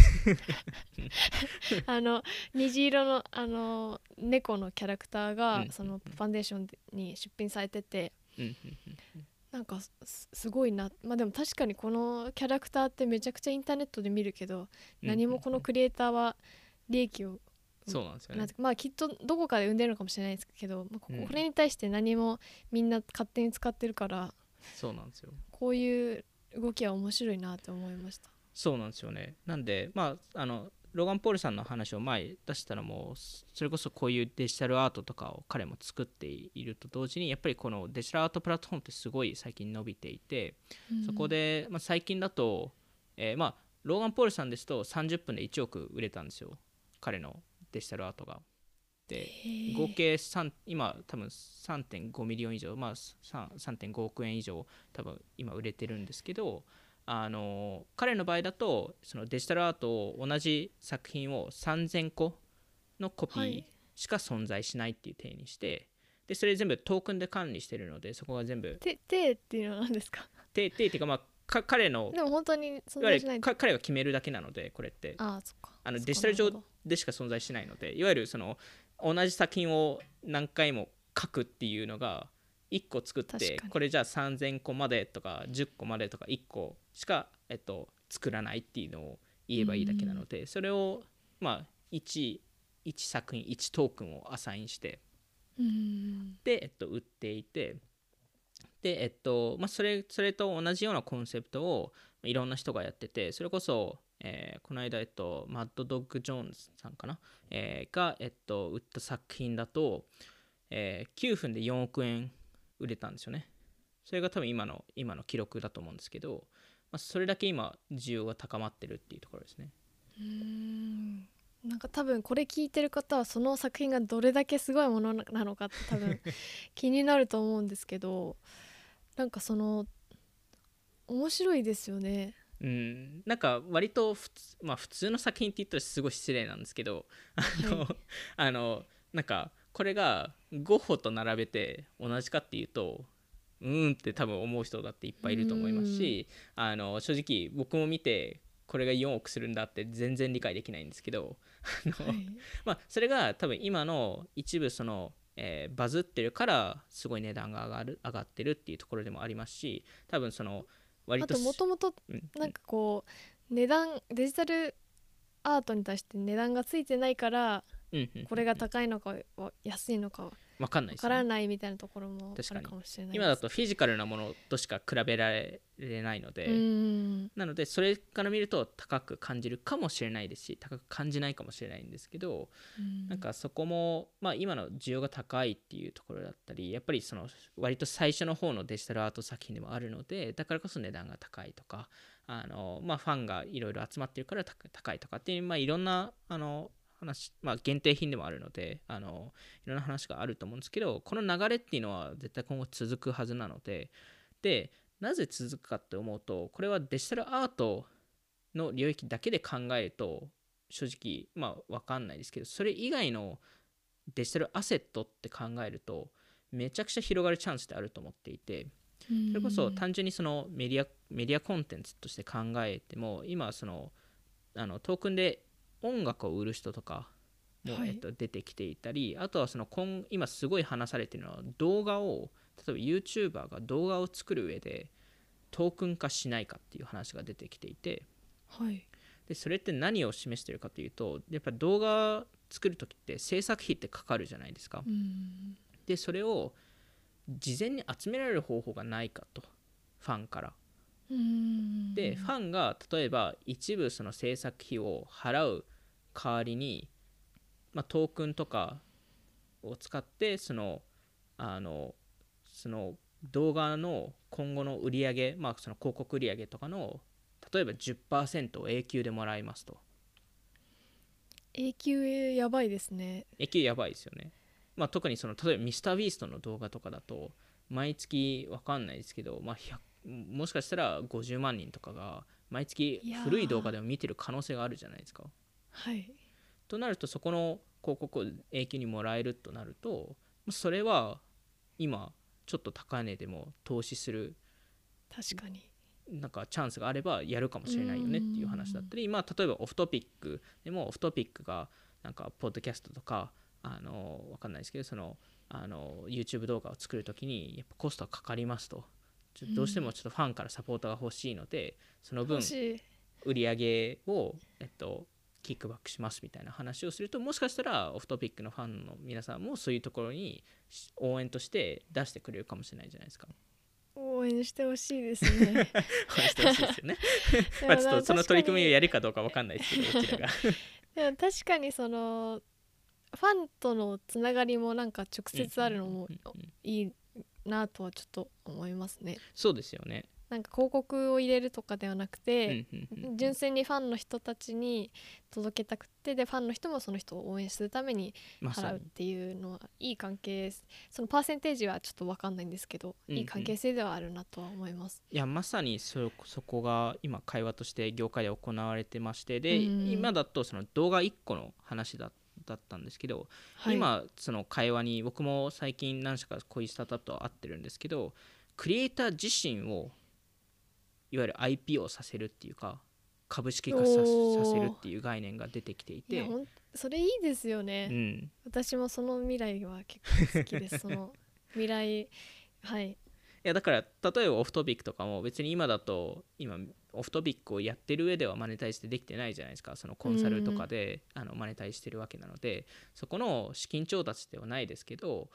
虹色の猫のキャラクターがそのファンデーションに出品されてて、なんかすごいな。まあでも確かにこのキャラクターってめちゃくちゃインターネットで見るけど、何もこのクリエイターは利益を、
そうなんですよね。
まあきっとどこかで生んでるのかもしれないですけど、これに対して何もみんな勝手に使ってるから、
そうなんですよ。
こういう動きは面白いなって思いました。
そうなんですよね。なんでまあローガン・ポールさんの話を前出したらもうそれこそこういうデジタルアートとかを彼も作っていると同時にやっぱりこのデジタルアートプラットフォームってすごい最近伸びていて、そこで、最近だと、ローガン・ポールさんですと30分で1億売れたんですよ、彼のデジタルアートが。で合計今多分3.5ミリオン以上、3.5億円以上多分今売れてるんですけど、彼の場合だとそのデジタルアートを同じ作品を3000個のコピーしか存在しないっていう体にして、でそれ全部トークンで管理してるので、そこが全部
手っていうのは何ですか？
手っていうか、彼の
でも本当に存在しない。
彼が決めるだけなので、これって
そっか、
デジタル上でしか存在しないので、いわゆるその同じ作品を何回も書くっていうのが1個作って、これじゃあ3000個までとか10個までとか1個しか、作らないっていうのを言えばいいだけなので、それを1作品1トークンをアサインしてで、売っていて、で、それと同じようなコンセプトをいろんな人がやってて、それこそ、この間、マッドドッグ・ジョーンズさんかな、が、売った作品だと、9分で4億円売れたんですよね。それが多分今の記録だと思うんですけど、それだけ今需要が高まってるっていうところですね。
なんか多分これ聞いてる方はその作品がどれだけすごいものなのかって多分気になると思うんですけど、なんか面白いですよね。
なんか割と普通の作品って言ったらすごい失礼なんですけど、なんかこれがゴッホと並べて同じかっていうとって多分思う人だっていっぱいいると思いますし、正直僕も見てこれが4億するんだって全然理解できないんですけどそれが多分今の一部その、バズってるからすごい値段が上がってるっていうところでもありますし、多分その割と
もともとなんかこうデジタルアートに対して値段がついてないから、これが高いのか安いのか
分かんないですね。
分からないみたいなところもあるかもしれないです。
今だとフィジカルなものとしか比べられないので、なのでそれから見ると高く感じるかもしれないですし、高く感じないかもしれないんですけど、なんかそこも、今の需要が高いっていうところだったり、やっぱりその割と最初の方のデジタルアート作品でもあるので、だからこそ値段が高いとか、ファンがいろいろ集まってるから高いとかっていう、いろんな話、限定品でもあるので、いろんな話があると思うんですけど、この流れっていうのは絶対今後続くはずなので、なぜ続くかって思うと、これはデジタルアートの領域だけで考えると正直分かんないですけど、それ以外のデジタルアセットって考えるとめちゃくちゃ広がるチャンスってあると思っていて、それこそ単純にそのメディアコンテンツとして考えても、今そのトークンで音楽を売る人とかも、出てきていたり、あとはその今すごい話されているのは、動画を例えば YouTuber が動画を作る上でトークン化しないかっていう話が出てきていて、でそれって何を示しているかというと、やっぱり動画作るときって制作費ってかかるじゃないですか。でそれを事前に集められる方法がないかと、ファンから。でファンが例えば一部その制作費を払う代わりに、トークンとかを使ってその動画の今後の売り上げ、その広告売り上げとかの例えば 10% を永久でもらいますと。
永久やばいですね。
永久やばいですよね。 まあ、特にその例えばミスタービーストの動画とかだと毎月わかんないですけど、まあ、もしかしたら50万人とかが毎月古い動画でも見てる可能性があるじゃないですか。
はい。
となるとそこの広告を永久にもらえるとなると、それは今ちょっと高値でも投資する
確かに
なんかチャンスがあればやるかもしれないよねっていう話だったり、まあ、例えばオフトピックでもオフトピックがなんかポッドキャストとかわかんないですけどそのYouTube 動画を作るときにやっぱコストがかかりますと、どうしてもちょっとファンからサポートが欲しいのでその分売り上げをキックバックしますみたいな話をすると、もしかしたらオフトピックのファンの皆さんもそういうところに応援として出してくれるかもしれないじゃないですか。
応援してほしいですね。
応援してほしいですよね。まあちょっとその取り組みをやるかどうか分かんないですけどうちらが
でも確かにそのファンとのつながりもなんか直接あるのもいいなとはちょっと思いますね。
そうですよね。
なんか広告を入れるとかではなくて、純粋にファンの人たちに届けたくて、でファンの人もその人を応援するために払うっていうのはいい関係、そのパーセンテージはちょっと分かんないんですけど、いい関係性ではあるなとは思います。
いやまさにそこが今会話として業界で行われてまして、で今だとその動画1個の話だったんですけど、はい、今その会話に僕も最近何社かこういうスタートアップと会ってるんですけど、クリエイター自身をいわゆる IPO させるっていうか株式化させるっていう概念が出てきていて、
それいいですよね、私もその未来は結構好きですその未来はい。
いやだから例えばオフトピックとかも別に今だと今オフトピックをやってる上ではマネタイズできてないじゃないですか。そのコンサルとかでマネタイズしてるわけなので、そこの資金調達ではないですけど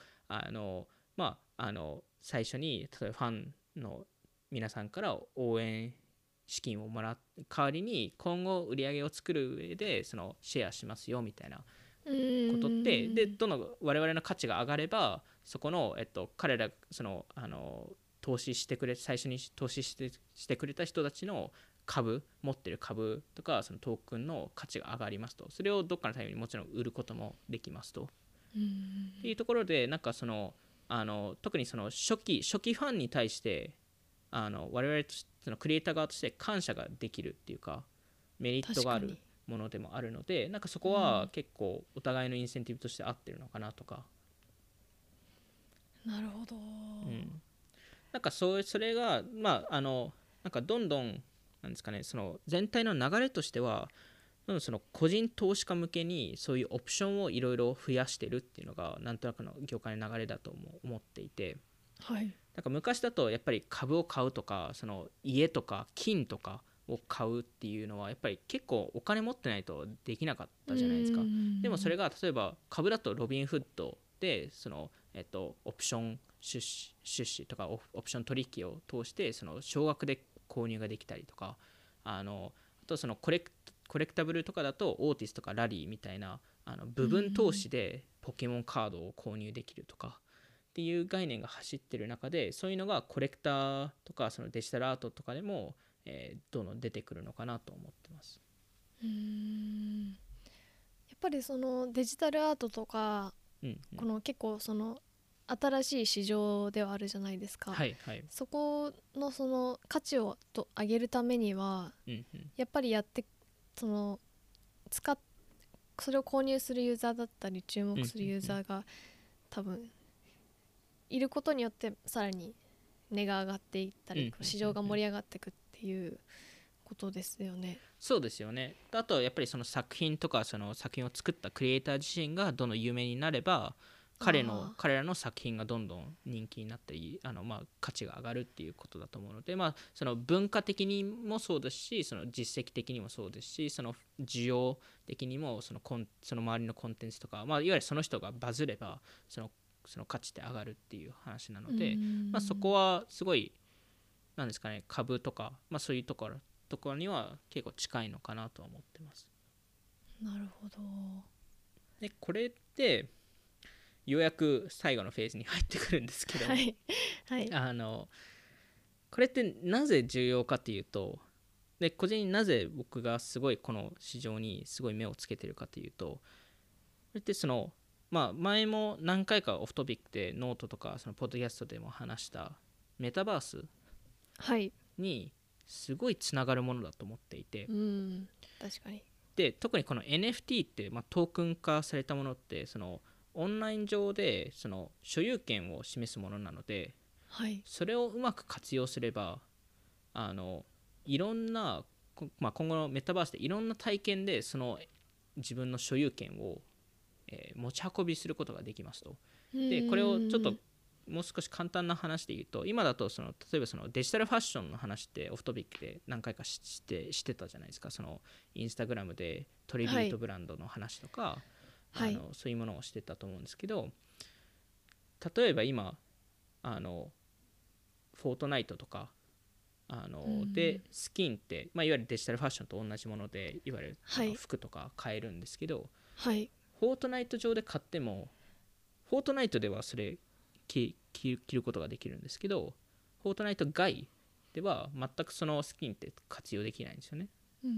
最初に例えばファンの皆さんから応援資金をもらう代わりに今後売り上げを作る上でそのシェアしますよみたいなことってでどの我々の価値が上がればそこの、彼らその投資してくれ最初に投資してくれた人たちの持ってる株とかそのトークンの価値が上がりますと、それをどっかのタイミングにもちろん売ることもできますとっていうところで、なんかその特にその初期ファンに対して我々としてそのクリエイター側として感謝ができるっていうかメリットがあるものでもあるので、なんかそこは結構お互いのインセンティブとして合ってるのかなとか。
なるほど、
なんかそれがなんかどんどんなんですかね、その全体の流れとしてはどんどんその個人投資家向けにそういうオプションをいろいろ増やしてるっていうのがなんとなくの業界の流れだと思っていて、
はい、
なんか昔だとやっぱり株を買うとかその家とか金とかを買うっていうのはやっぱり結構お金持ってないとできなかったじゃないですか。でもそれが例えば株だとロビンフッドでその、オプション出資とかオプション取引を通してその少額で購入ができたりとか、あとそのコレクタブルとかだとオーティスとかラリーみたいな部分投資でポケモンカードを購入できるとかっていう概念が走ってる中で、そういうのがコレクターとかそのデジタルアートとかでも、どんどん出てくるのかなと思ってます。
やっぱりそのデジタルアートとか、この結構その新しい市場ではあるじゃないですか、
はいはい、
そこのその価値を上げるためには、やっぱりそのそれを購入するユーザーだったり注目するユーザーが多分いることによってさらに値が上がっていったり、市場が盛り上がっていくっていうことですよね。
そうですよね。あとやっぱりその作品とかその作品を作ったクリエイター自身がどんどん有名になれば彼らの作品がどんどん人気になったり価値が上がるっていうことだと思うので、その文化的にもそうですしその実績的にもそうですしその需要的にもその周りのコンテンツとか、いわゆるその人がバズればその価値って上がるっていう話なので、そこはすごいなんですかね、株とか、そういうところには結構近いのかなとは思ってます。
なるほど。
でこれってようやく最後のフェーズに入ってくるんですけど、
はいはい、
これってなぜ重要かというと、で個人になぜ僕がすごいこの市場にすごい目をつけてるかというと、これってそのまあ前も何回かオフトピックでノートとかそのポッドキャストでも話したメタバースにすごいつながるものだと思っていて、
確かに。
で特にこの NFT って、トークン化されたものってそのオンライン上でその所有権を示すものなので、それをうまく活用すればいろんな、今後のメタバースでいろんな体験でその自分の所有権を、持ち運びすることができますと。でこれをちょっともう少し簡単な話で言うと、今だとその例えばそのデジタルファッションの話ってオフトピックで何回かしてたじゃないですか。そのインスタグラムでトリビュートブランドの話とか、そういうものをしてたと思うんですけど、例えば今フォートナイトとかでスキンって、いわゆるデジタルファッションと同じもので、いわゆる服とか買えるんですけど、フォートナイト上で買ってもフォートナイトではそれ着ることができるんですけど、フォートナイト外では全くそのスキンって活用できないんですよね。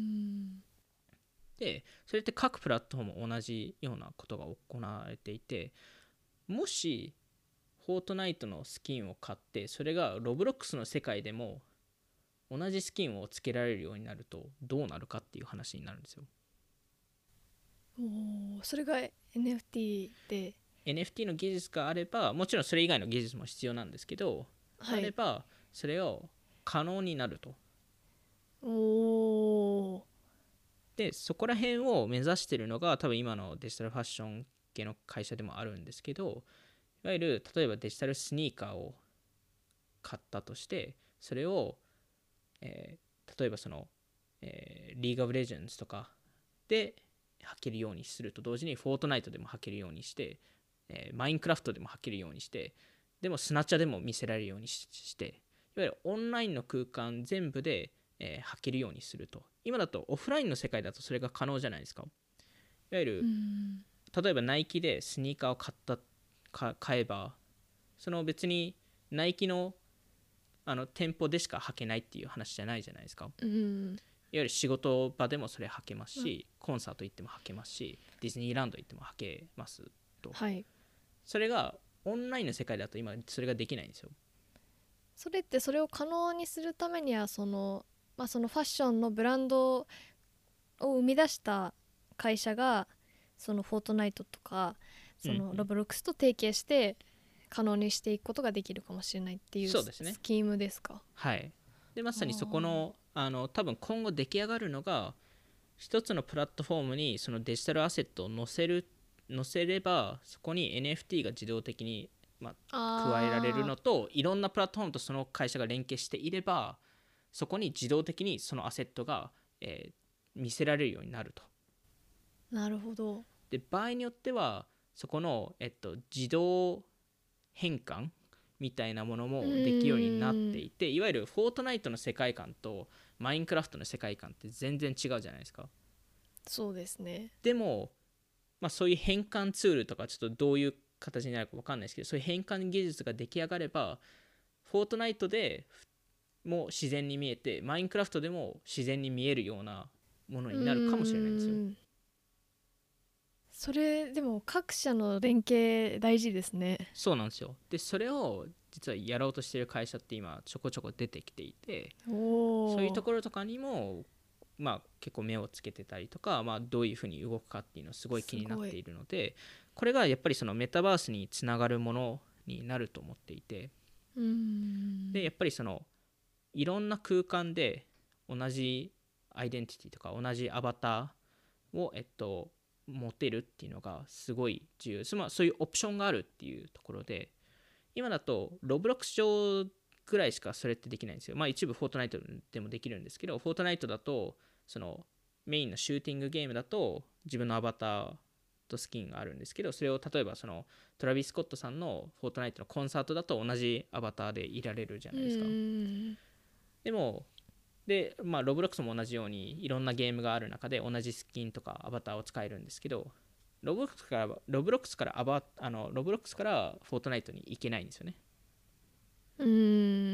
でそれって各プラットフォーム同じようなことが行われていて、もしフォートナイトのスキンを買ってそれがロブロックスの世界でも同じスキンをつけられるようになるとどうなるかっていう話になるんですよ。
それが NFT で
NFT の技術があれば、もちろんそれ以外の技術も必要なんですけど、あればそれを可能になると。でそこら辺を目指しているのが多分今のデジタルファッション系の会社でもあるんですけど、いわゆる例えばデジタルスニーカーを買ったとして、それを、例えばその、リーグオブレジェンズとかで履けるようにすると同時にフォートナイトでも履けるようにして、マインクラフトでも履けるようにして、でもスナチャでも見せられるようにして、いわゆるオンラインの空間全部で、履けるようにすると。今だとオフラインの世界だとそれが可能じゃないですか。いわゆる例えばナイキでスニーカーを買えば、その別にナイキの店舗でしか履けないっていう話じゃないじゃないですか。いわゆる仕事場でもそれ履けますし、コンサート行っても履けますし、ディズニーランド行っても履けますと。それがオンラインの世界だと今それができないんですよ。
それってそれを可能にするためにはそのファッションのブランドを生み出した会社がそのフォートナイトとかそのロブロックスと提携して可能にしていくことができるかもしれないっていうスキームですか。
はい。でまさにそこの多分今後出来上がるのが、一つのプラットフォームにそのデジタルアセットを載せれば、そこに NFT が自動的に、加えられるのと、いろんなプラットフォームとその会社が連携していれば、そこに自動的にそのアセットが、見せられるようになると。
なるほど。
で場合によってはそこの、自動変換みたいなものもできるようになっていて、いわゆるフォートナイトの世界観とマインクラフトの世界観って全然違うじゃないですか。
そうですね。
でも、そういう変換ツールとかちょっとどういう形になるか分かんないですけど、そういう変換技術が出来上がれば、フォートナイトでも自然に見えて、マインクラフトでも自然に見えるようなものになるかもしれないんですよ。
それでも各社の連携大事ですね。
そうなんですよ。でそれを実はやろうとしている会社って今ちょこちょこ出てきていて、そういうところとかにも、結構目をつけてたりとか、どういうふうに動くかっていうのすごい気になっているので、これがやっぱりそのメタバースにつながるものになると思っていて、でやっぱりそのいろんな空間で同じアイデンティティとか同じアバターを持てるっていうのがすごい重要。そういうオプションがあるっていうところで、今だとロブロックス上ぐらいしかそれってできないんですよ。一部フォートナイトでもできるんですけど、フォートナイトだとそのメインのシューティングゲームだと自分のアバターとスキンがあるんですけど、それを例えばそのトラビス・スコットさんのフォートナイトのコンサートだと同じアバターでいられるじゃないですか。でもロブロックスも同じようにいろんなゲームがある中で同じスキンとかアバターを使えるんですけど、ロブロックスからフォートナイトに行けないんですよね。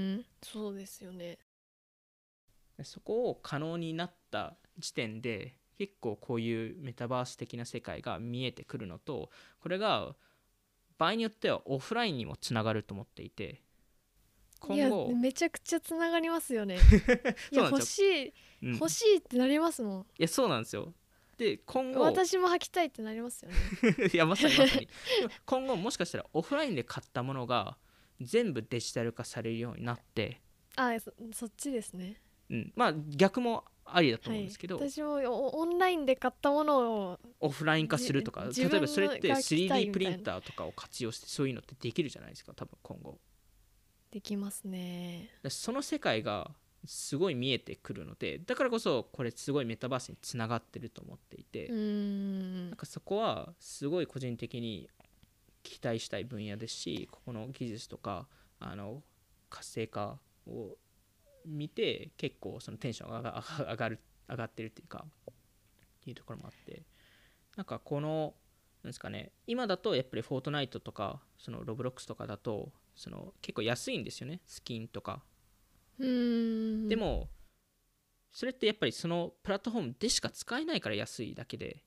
そうですよね。
そこを可能になった時点で結構こういうメタバース的な世界が見えてくるのと、これが場合によってはオフラインにもつながると思っていて、今後
いやめちゃくちゃつながりますよねいや
そうなん
欲し
ですよ、
い、
うん、
欲しいってなりますもん。
いやそうなんですよ。で今後
私も履きたいってなりますよね
いやまさにまさにでも今後もしかしたらオフラインで買ったものが全部デジタル化されるようになって、
そっちですね。
まあ逆もありだと
はい
思うんですけど、
私もオンラインで買ったものを
オフライン化するとか、
自
例えばそれって
分が着たい
3D
みたいな
プリンターとかを活用してそういうのってできるじゃないですか、多分今後。
できますね。
その世界がすごい見えてくるので、だからこそこれすごいメタバースにつながってると思っていて、なんかそこはすごい個人的に期待したい分野ですし、ここの技術とか活性化を見て結構そのテンションが上がってるっていうかっていうところもあって、なんかこのなんですかね、今だとやっぱりフォートナイトとかそのロブロックスとかだとその結構安いんですよね、スキンとか。でもそれってやっぱりそのプラットフォームでしか使えないから安いだけで、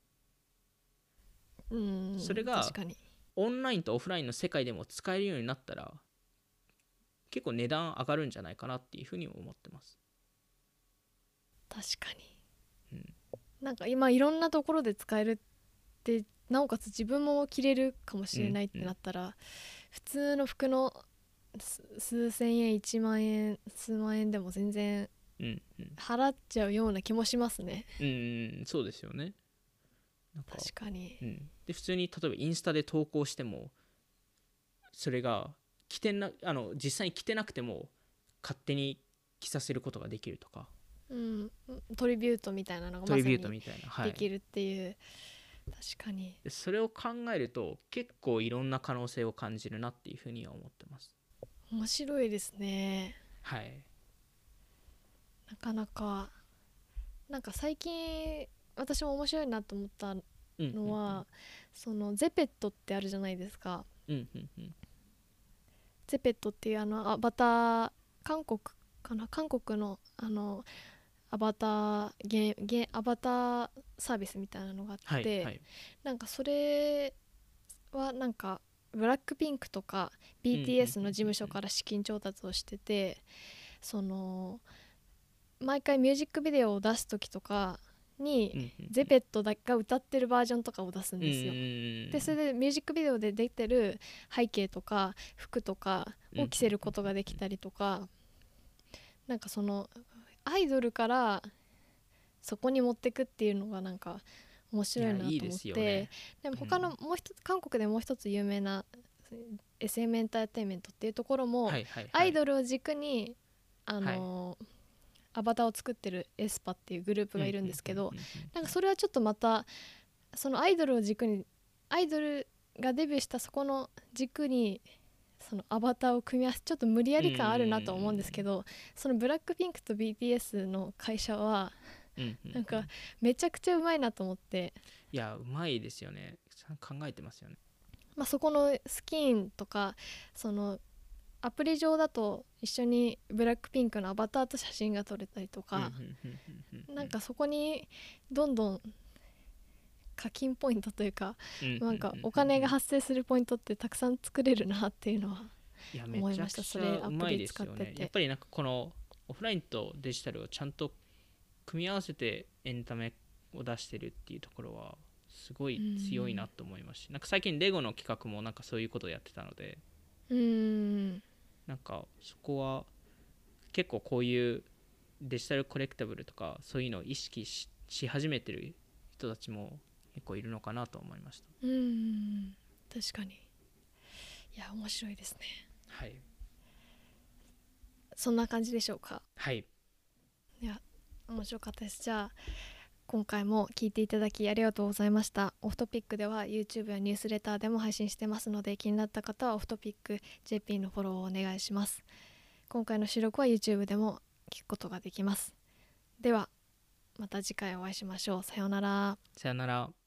それがオンラインとオフラインの世界でも使えるようになったら結構値段上がるんじゃないかなっていうふうに思ってます。
確かに、なんか今いろんなところで使えるってなおかつ自分も着れるかもしれないってなったら、普通の服の数千円1万円数万円でも全然払っちゃうような気もしますね。
そうですよね。なんか
確かに、
で普通に例えばインスタで投稿してもそれが実際に着てなくても勝手に着させることができるとか、
トリビュートみたいなのがまさにできるっていう、確かに
それを考えると結構いろんな可能性を感じるなっていうふうには思ってます。
面白いですね。
はい。
なかなかなんか最近私も面白いなと思ったのは、そのゼペットってあるじゃないですか。ゼペットっていうアバター、韓国のアバターサービスみたいなのがあって、なんかそれはなんかブラックピンクとか BTS の事務所から資金調達をしてて、その毎回ミュージックビデオを出す時とかにゼペットが歌ってるバージョンとかを出すんですよ。でそれでミュージックビデオで出てる背景とか服とかを着せることができたりとか、なんかそのアイドルからそこに持ってくっていうのがなんか面白いなと思って。でも他のもう一つ、韓国でもう一つ有名な SM エンターテインメントっていうところも、アイドルを軸にアバターを作ってるエスパっていうグループがいるんですけど、なんかそれはちょっとまたそのアイドルを軸に、アイドルがデビューしたそこの軸にそのアバターを組み合わせ、ちょっと無理やり感あるなと思うんですけど、そのブラックピンクと BTS の会社はなんかめちゃくちゃうまいなと思って。
いやうまいですよね、考えてますよね。
そこのスキンとかそのアプリ上だと一緒にブラックピンクのアバターと写真が撮れたりとか、なんかそこにどんどん課金ポイントというか、なんかお金が発生するポイントってたくさん作れるなっていうのは思いました。それアプリ使ってて、
やっぱりなんかこのオフラインとデジタルをちゃんと組み合わせてエンタメを出してるっていうところはすごい強いなと思いますし、なんか最近レゴの企画もなんかそういうことをやってたので、なんかそこは結構こういうデジタルコレクタブルとかそういうのを意識 し始めてる人たちも結構いるのかなと思いました。
確かに。いや面白いですね。
はい、
そんな感じでしょうか。
はい、
いや面白かったです。じゃあ今回も聞いていただきありがとうございました。オフトピックでは YouTube やニュースレターでも配信してますので、気になった方はオフトピック JP のフォローをお願いします。今回の収録は YouTube でも聞くことができます。ではまた次回お会いしましょう。さようなら。
さようなら。